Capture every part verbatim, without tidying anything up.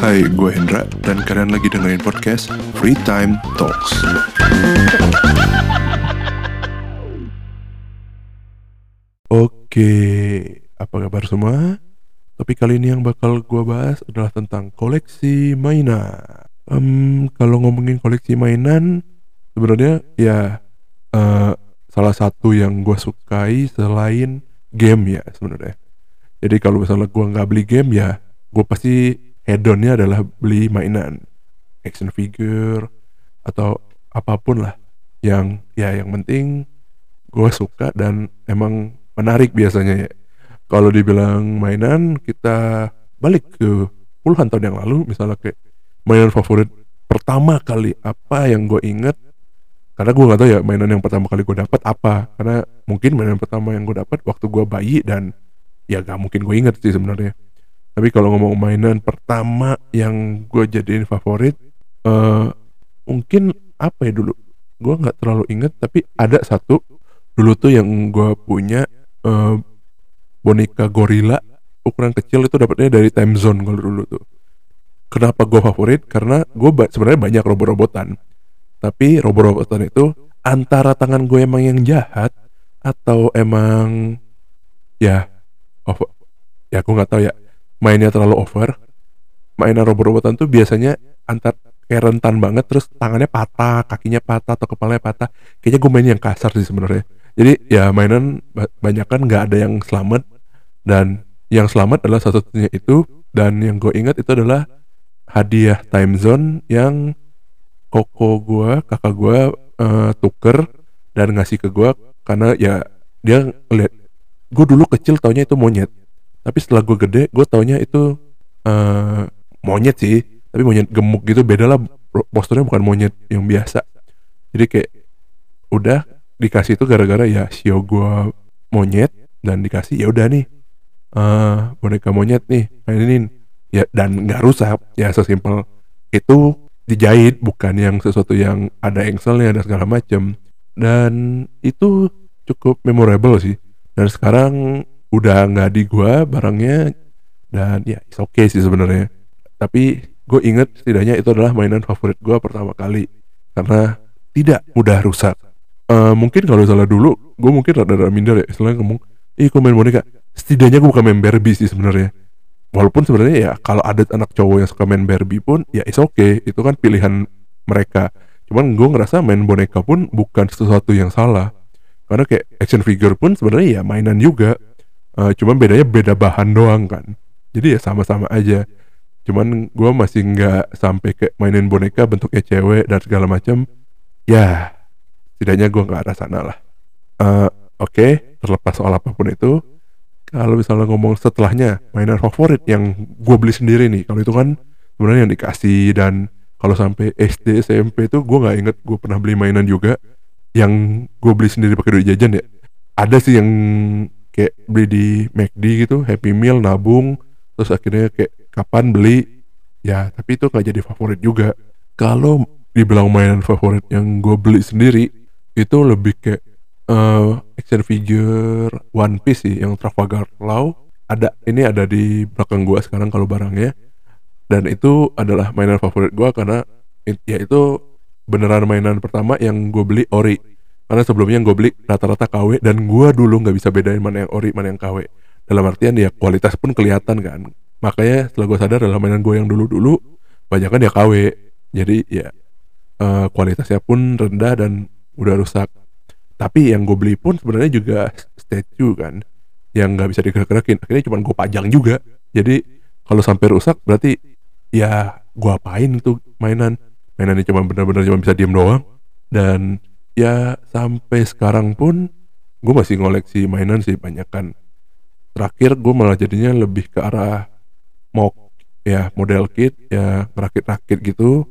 Hai, gue Hendra dan kalian lagi dengerin podcast Free Time Talks. Oke, apa kabar semua? Topik kali ini yang bakal gue bahas adalah tentang koleksi mainan. Um, kalau ngomongin koleksi mainan, sebenarnya ya uh, salah satu yang gue sukai selain game ya sebenarnya. Jadi kalau misalnya gue nggak beli game ya, gue pasti hedonnya adalah beli mainan, action figure atau apapun lah. Yang ya yang penting gue suka dan emang menarik biasanya ya. Kalau dibilang mainan, kita balik ke puluhan tahun yang lalu, misalnya kayak mainan favorit pertama kali apa yang gue inget. Karena gue nggak tahu ya mainan yang pertama kali gue dapat apa. Karena mungkin mainan pertama yang gue dapat waktu gue bayi dan ya gak mungkin gue inget sih sebenarnya. Tapi kalau ngomong mainan pertama yang gue jadiin favorit, uh, mungkin apa ya dulu? Gue nggak terlalu inget, tapi ada satu dulu tuh yang gue punya uh, boneka gorila ukuran kecil itu dapatnya dari Time Zone kalau dulu tuh. Kenapa gue favorit? Karena gue ba- sebenarnya banyak robot-robotan, tapi robot-robotan itu antara tangan gue emang yang jahat atau emang ya over, ya aku nggak tahu ya, mainnya terlalu over. Mainan robot-robotan tuh biasanya antar kayak rentan banget, terus tangannya patah, kakinya patah atau kepalanya patah. Kayaknya gue main yang kasar sih sebenarnya. Jadi ya mainan banyak kan nggak ada yang selamat, dan yang selamat adalah salah satunya itu. Dan yang gue ingat itu adalah hadiah Time Zone yang koko gue, kakak gue uh, tuker dan ngasih ke gue karena ya dia ngeliat gue dulu kecil taunya itu monyet, tapi setelah gue gede gue taunya itu uh, monyet sih, tapi monyet gemuk gitu, beda lah posturnya, bukan monyet yang biasa. Jadi kayak udah dikasih itu gara-gara ya sio gue monyet, dan dikasih ya udah nih uh, boneka monyet nih mainin ya, dan nggak rusak ya, sesimpel itu. Dijahit, bukan yang sesuatu yang ada engselnya dan segala macam, dan itu cukup memorable sih. Dan sekarang udah nggak di gua barangnya, dan ya it's okay sih sebenarnya. Tapi gue inget setidaknya itu adalah mainan favorit gua pertama kali karena tidak mudah rusak. Uh, mungkin kalau salah dulu gue mungkin rada-rada minder ya, istilahnya ngomong, ih gue main boneka. Setidaknya gue bukan main Barbie sih sebenarnya. Walaupun sebenarnya ya kalau ada anak cowok yang suka main Barbie pun ya it's okay, itu kan pilihan mereka. Cuman gue ngerasa main boneka pun bukan sesuatu yang salah. Karena kayak action figure pun sebenarnya ya mainan juga, uh, cuman bedanya beda bahan doang kan. Jadi ya sama-sama aja. Cuman gue masih nggak sampai kayak mainin boneka bentuknya cewek dan segala macam. Ya, setidaknya gue nggak ada sana lah. Uh, Oke, okay, terlepas soal apapun itu, kalau misalnya ngomong setelahnya mainan favorit yang gue beli sendiri nih, kalau itu kan sebenarnya yang dikasih, dan kalau sampai S D S M P tuh gue nggak inget gue pernah beli mainan juga yang gue beli sendiri pakai duit jajan ya. Ada sih yang kayak beli di McD gitu, Happy Meal, nabung, terus akhirnya kayak kapan beli ya, tapi itu nggak jadi favorit juga. Kalau dibilang mainan favorit yang gue beli sendiri, itu lebih kayak uh, action figure One Piece sih, yang Trafalgar Law. Ada, ini ada di belakang gue sekarang kalau barangnya, dan itu adalah mainan favorit gue karena ya itu beneran mainan pertama yang gue beli ori. Karena sebelumnya gue beli rata-rata K W, dan gue dulu nggak bisa bedain mana yang ori mana yang K W. Dalam artian ya kualitas pun kelihatan kan. Makanya setelah gue sadar dalam mainan gue yang dulu-dulu banyak kan ya K W. Jadi ya uh, kualitasnya pun rendah dan udah rusak. Tapi yang gue beli pun sebenarnya juga statue kan, yang nggak bisa digerak-gerakin. Akhirnya cuma gue pajang juga. Jadi kalau sampai rusak berarti ya gue apain tuh mainan? Mainannya cuma benar-benar cuma bisa diem doang. Dan ya sampai sekarang pun gue masih ngoleksi mainan sih banyak kan. Terakhir gue malah jadinya lebih ke arah mock ya, model kit ya, rakit-rakit gitu.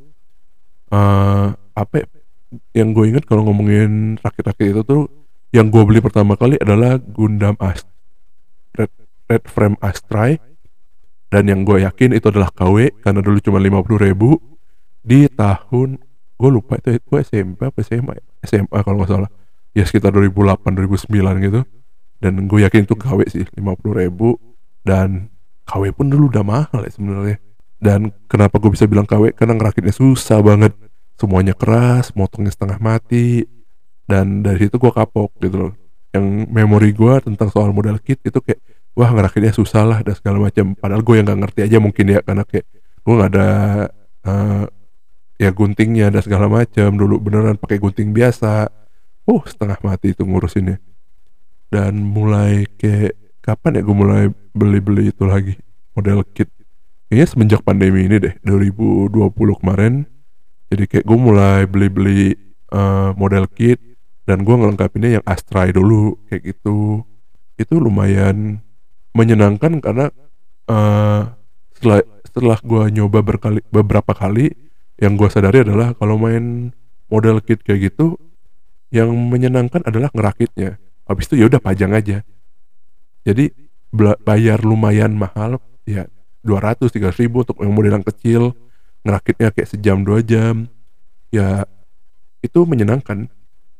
Uh, apa yang gue ingat kalau ngomongin rakit-rakit itu tuh, yang gue beli pertama kali adalah Gundam Ast Red, Red Frame Astray, dan yang gue yakin itu adalah K W karena dulu cuma lima puluh ribu di tahun, gue lupa itu gue S M P apa S M A S M A kalau nggak salah ya, sekitar dua ribu delapan dua ribu sembilan gitu. Dan gue yakin itu K W sih, lima puluh ribu, dan K W pun dulu udah mahal ya sebenarnya. Dan kenapa gue bisa bilang K W, karena ngerakitnya susah banget, semuanya keras, motongnya setengah mati. Dan dari situ gue kapok gitu loh. Yang memori gue tentang soal model kit itu kayak, wah ngerakitnya susah lah dan segala macam. Padahal gue yang nggak ngerti aja mungkin ya, karena kayak gue nggak ada uh, ya guntingnya dan segala macam. Dulu beneran pakai gunting biasa, uh setengah mati itu ngurusinnya. Dan mulai kayak kapan ya gue mulai beli-beli itu lagi model kit, kayaknya semenjak pandemi ini deh, dua ribu dua puluh kemarin. Jadi kayak gue mulai beli-beli uh, model kit, dan gue ngelengkapinnya yang Astray dulu kayak gitu. Itu lumayan menyenangkan karena uh, setelah setelah gue nyoba berkali beberapa kali, yang gue sadari adalah kalau main model kit kayak gitu, yang menyenangkan adalah ngerakitnya. Habis itu ya udah pajang aja. Jadi bela- bayar lumayan mahal ya, dua ratus tiga ratus ribu untuk yang model yang kecil, ngerakitnya kayak sejam dua jam. Ya itu menyenangkan,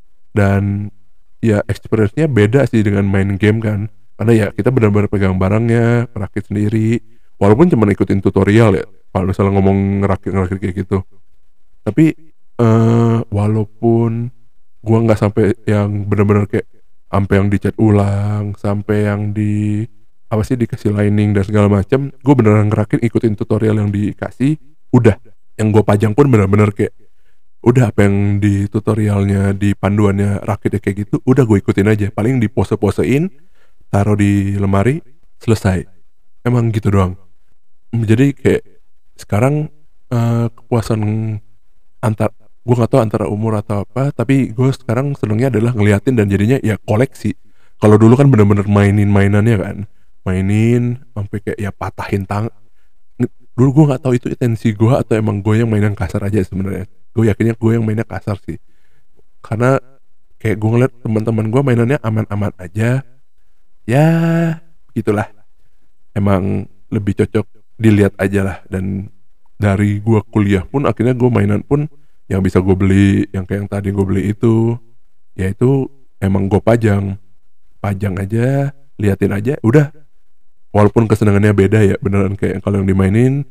dan ya experience-nya beda sih dengan main game kan, karena ya kita benar-benar pegang barangnya, ngerakit sendiri, walaupun cuma ikutin tutorial ya kalau misalnya ngomong ngerakit-ngerakit kayak gitu. Tapi eh walaupun gua nggak sampai yang benar-benar kayak sampai yang dicat ulang, sampai yang di apa sih dikasih lining dan segala macam, gue beneran ngerakit ikutin tutorial yang dikasih. Udah, yang gue pajang pun bener-bener kayak udah apa yang di tutorialnya, di panduannya rakitnya kayak gitu, udah gue ikutin aja. Paling di pose-posein, taruh di lemari, selesai. Emang gitu doang. Jadi kayak sekarang eh, kepuasan antar gue nggak tahu antara umur atau apa, tapi gue sekarang senengnya adalah ngeliatin dan jadinya ya koleksi. Kalau dulu kan bener-bener mainin mainannya kan, mainin sampai kayak ya patahin tang. Dulu gue nggak tahu itu intensi gue atau emang gue yang mainan kasar aja sebenarnya. Gue yakinnya gue yang mainnya kasar sih, karena kayak gue ngeliat teman-teman gue mainannya aman-aman aja. Ya gitulah, emang lebih cocok dilihat aja lah. Dan dari gue kuliah pun akhirnya gue mainan pun yang bisa gue beli, yang kayak yang tadi gue beli itu, ya itu emang gue pajang pajang aja, liatin aja udah. Walaupun kesenangannya beda ya, beneran kayak kalau yang dimainin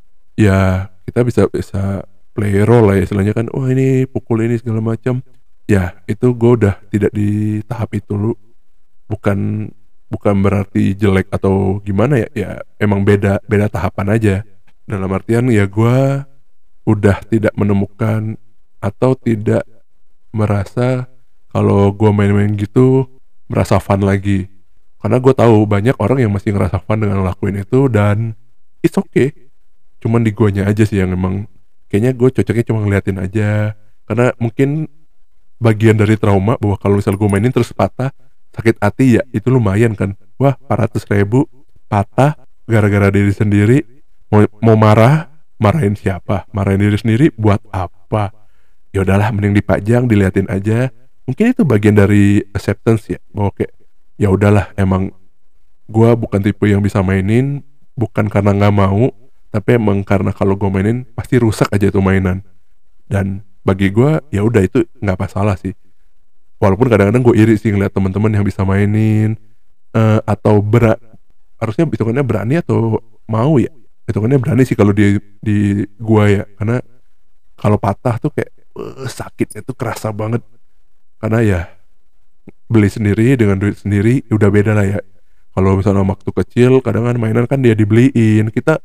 ya kita bisa bisa play role lah ya istilahnya kan, wah ini pukul ini segala macam. Ya itu gue udah tidak di tahap itu lu. bukan bukan berarti jelek atau gimana ya, ya emang beda beda tahapan aja. Dalam artian ya gue udah tidak menemukan atau tidak merasa kalau gue main-main gitu merasa fun lagi, karena gue tahu banyak orang yang masih ngerasa fun dengan ngelakuin itu, dan it's okay. Cuman di guanya aja sih yang emang kayaknya gue cocoknya cuma ngeliatin aja, karena mungkin bagian dari trauma bahwa kalau misal gue mainin terus patah, sakit hati ya, itu lumayan kan. Wah, empat ratus ribu patah gara-gara diri sendiri. Mau, mau marah, marahin siapa? Marahin diri sendiri buat apa? Ya udahlah, mending dipajang, diliatin aja. Mungkin itu bagian dari acceptance ya, bahwa kayak ya udahlah, emang gue bukan tipe yang bisa mainin, bukan karena nggak mau, tapi emang karena kalau gue mainin pasti rusak aja tuh mainan. Dan bagi gue ya udah itu nggak masalah sih. Walaupun kadang-kadang gue iri sih ngeliat teman-teman yang bisa mainin, eh, atau berat, harusnya hitungannya berani atau mau ya, hitungannya berani sih kalau di di gua ya, karena kalau patah tuh kayak eh, sakitnya tuh kerasa banget. Karena ya beli sendiri dengan duit sendiri udah beda lah ya. Kalau misalnya waktu kecil kadang kan mainan kan dia dibeliin, kita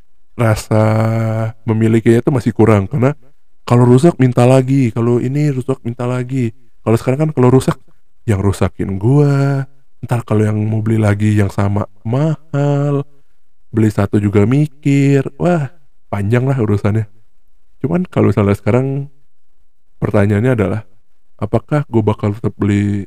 rasa memilikinya itu masih kurang, karena kalau rusak minta lagi, kalau ini rusak minta lagi. Kalau sekarang kan kalau rusak yang rusakin gua, ntar kalau yang mau beli lagi yang sama mahal, beli satu juga mikir, wah panjang lah urusannya. Cuman kalau misalnya sekarang pertanyaannya adalah, apakah gue bakal tetap beli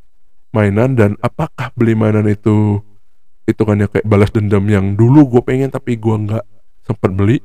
mainan, dan apakah beli mainan itu itu kan ya kayak balas dendam yang dulu gue pengen tapi gue nggak sempet beli.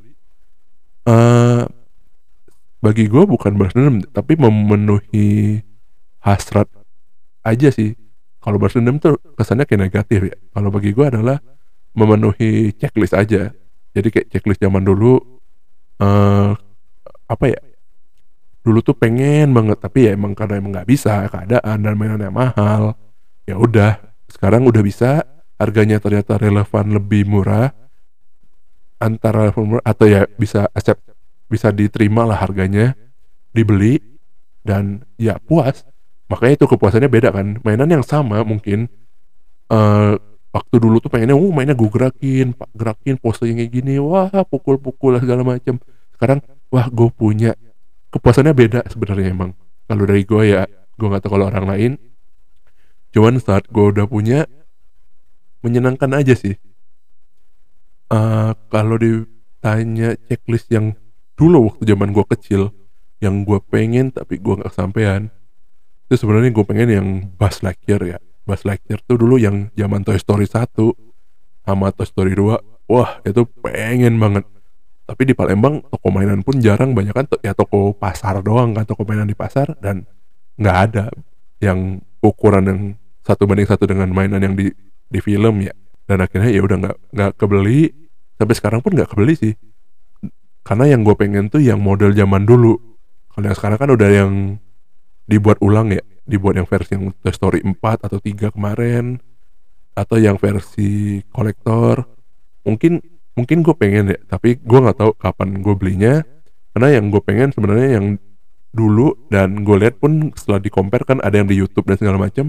Eh bagi gue bukan balas dendam, tapi memenuhi hasrat aja sih. Kalau balas dendam tuh kesannya kayak negatif ya. Kalau bagi gue adalah memenuhi checklist aja. Jadi kayak checklist zaman dulu, eh apa ya, dulu tuh pengen banget tapi ya emang karena emang nggak bisa keadaan dan mainannya mahal. Ya udah, sekarang udah bisa, harganya ternyata relevan lebih murah, antara firmware atau ya bisa accept, bisa diterima lah harganya, dibeli dan ya puas. Makanya itu kepuasannya beda kan. Mainan yang sama mungkin eh waktu dulu tuh pengennya, uh mainnya gue gerakin, pak gerakin posenya kayak gini, wah pukul-pukul segala macem. Sekarang wah gue punya, kepuasannya beda sebenarnya emang. Kalau dari gue ya, gue nggak tahu kalau orang lain. Cuman saat gue udah punya, menyenangkan aja sih. Eh kalau ditanya checklist yang dulu waktu zaman gue kecil, yang gue pengen tapi gue nggak kesampean, itu sebenarnya gue pengen yang Buzz Lightyear ya. Buzz Lightyear tuh dulu yang zaman Toy Story satu sama Toy Story dua, wah itu pengen banget. Tapi di Palembang toko mainan pun jarang, banyak kan to- ya toko pasar doang kan, toko mainan di pasar, dan nggak ada yang ukuran yang satu banding satu dengan mainan yang di di film ya. Dan akhirnya ya udah nggak nggak kebeli, sampai sekarang pun nggak kebeli sih, karena yang gue pengen tuh yang model zaman dulu. Kalau yang sekarang kan udah yang dibuat ulang ya, dibuat yang versi yang Toy Story empat atau tiga kemarin, atau yang versi kolektor. Mungkin mungkin gue pengen ya, tapi gue nggak tahu kapan gue belinya. Karena yang gue pengen sebenarnya yang dulu, dan gue lihat pun setelah di compare kan ada yang di YouTube dan segala macam,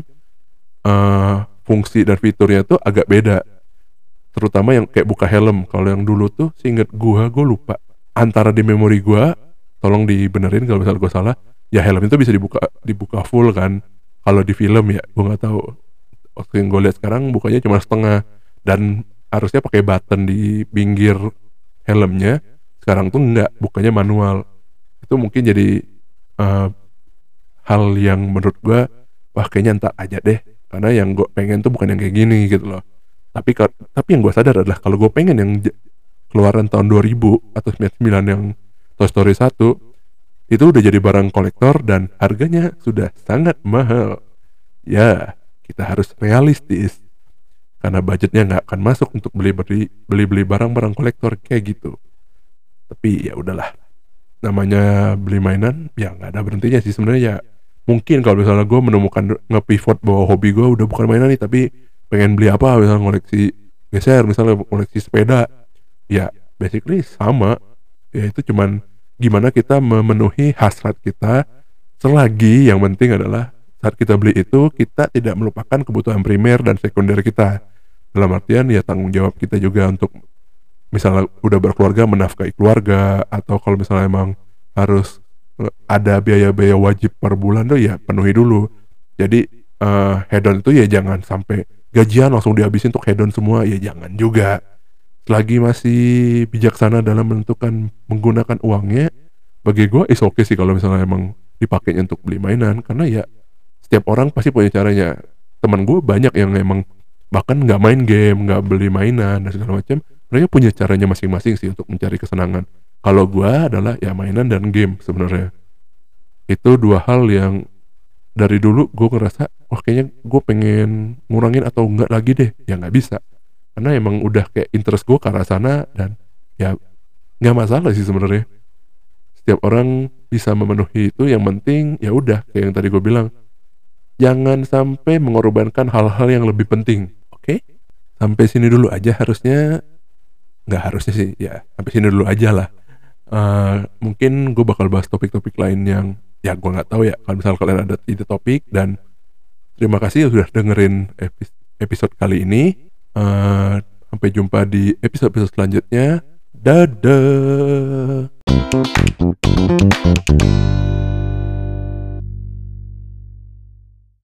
eh fungsi dan fiturnya tuh agak beda, terutama yang kayak buka helm. Kalau yang dulu tuh seinget gue, gue lupa, antara di memori gue, tolong dibenerin kalau misalnya gue salah, ya helm itu bisa dibuka dibuka full kan. Kalau di film ya gue nggak tahu, waktu yang gue lihat sekarang bukanya cuma setengah, dan harusnya pakai button di pinggir helmnya. Sekarang tuh nggak, bukanya manual. Itu mungkin jadi eh, hal yang menurut gue, wah kayaknya ntar aja deh, karena yang gue pengen tuh bukan yang kayak gini gitu loh. Tapi ka- tapi yang gue sadar adalah kalau gue pengen yang j- keluaran tahun dua ribu atau sembilan puluh sembilan yang Toy Story satu, itu udah jadi barang kolektor dan harganya sudah sangat mahal. Ya, kita harus realistis, karena budgetnya nggak akan masuk untuk beli beli beli beli barang-barang kolektor kayak gitu. Tapi ya udahlah, namanya beli mainan ya nggak ada berhentinya sih sebenarnya ya. Mungkin kalau misalnya gue menemukan nge-pivot bahwa hobi gue udah bukan mainan nih, tapi pengen beli apa, misalnya koleksi geser, misalnya koleksi sepeda, ya basically sama. Ya itu cuman gimana kita memenuhi hasrat kita, selagi yang penting adalah saat kita beli itu kita tidak melupakan kebutuhan primer dan sekunder kita. Dalam artian ya tanggung jawab kita juga untuk misalnya udah berkeluarga, menafkahi keluarga, atau kalau misalnya emang harus eh, ada biaya-biaya wajib per bulan tuh ya penuhi dulu. Jadi eh hedon itu ya jangan sampai gajian langsung dihabisin untuk hedon semua, ya jangan juga. Selagi masih bijaksana dalam menentukan menggunakan uangnya, bagi gue is oke sih kalau misalnya emang dipakainya untuk beli mainan. Karena ya setiap orang pasti punya caranya. Teman gue banyak yang emang bahkan nggak main game, nggak beli mainan dan segala macam, mereka punya caranya masing-masing sih untuk mencari kesenangan. Kalau gue adalah ya mainan dan game sebenarnya. Itu dua hal yang dari dulu gue ngerasa, wah kayaknya gue pengen ngurangin atau enggak lagi deh. Ya nggak bisa, karena emang udah kayak interest gue ke arah sana, dan ya nggak masalah sih sebenarnya. Setiap orang bisa memenuhi itu, yang penting ya udah kayak yang tadi gue bilang, jangan sampai mengorbankan hal-hal yang lebih penting. Oke? Sampai sini dulu aja harusnya. Nggak harusnya sih, ya sampai sini dulu aja lah. Eh, mungkin gue bakal bahas topik-topik lain yang ya gue nggak tahu ya, kalau misalnya kalian ada ide topik. Dan terima kasih sudah dengerin epi- episode kali ini. Eh, sampai jumpa di episode-episode selanjutnya. Dadah.